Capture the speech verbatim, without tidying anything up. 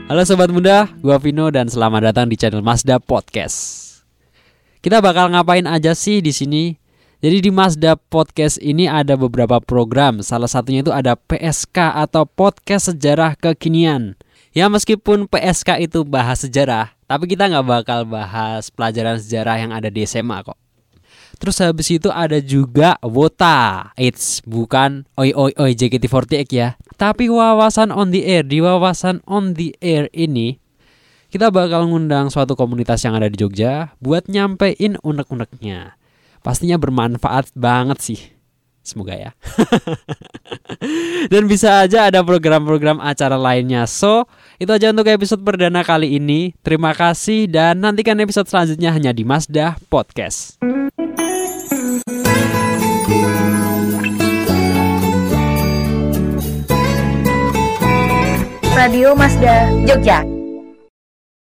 Halo Sobat Muda, gua Vino dan selamat datang di channel Mazda Podcast. Kita bakal ngapain aja sih di sini? Jadi di Mazda Podcast ini ada beberapa program. Salah satunya itu ada P S K atau Podcast Sejarah Kekinian. Ya meskipun P S K itu bahas sejarah, tapi kita nggak bakal bahas pelajaran sejarah yang ada di S M A kok. Terus habis itu ada juga WOTA. It's bukan oi oi oi J K T empat delapan ya. Tapi wawasan on the air. Di wawasan on the air ini kita bakal ngundang suatu komunitas yang ada di Jogja buat nyampein unek-uneknya. Pastinya bermanfaat banget sih. Semoga ya. Dan bisa aja ada program-program acara lainnya. So, itu aja untuk episode perdana kali ini. Terima kasih dan nantikan episode selanjutnya hanya di Mazda Podcast. Radio Mazda Jogja.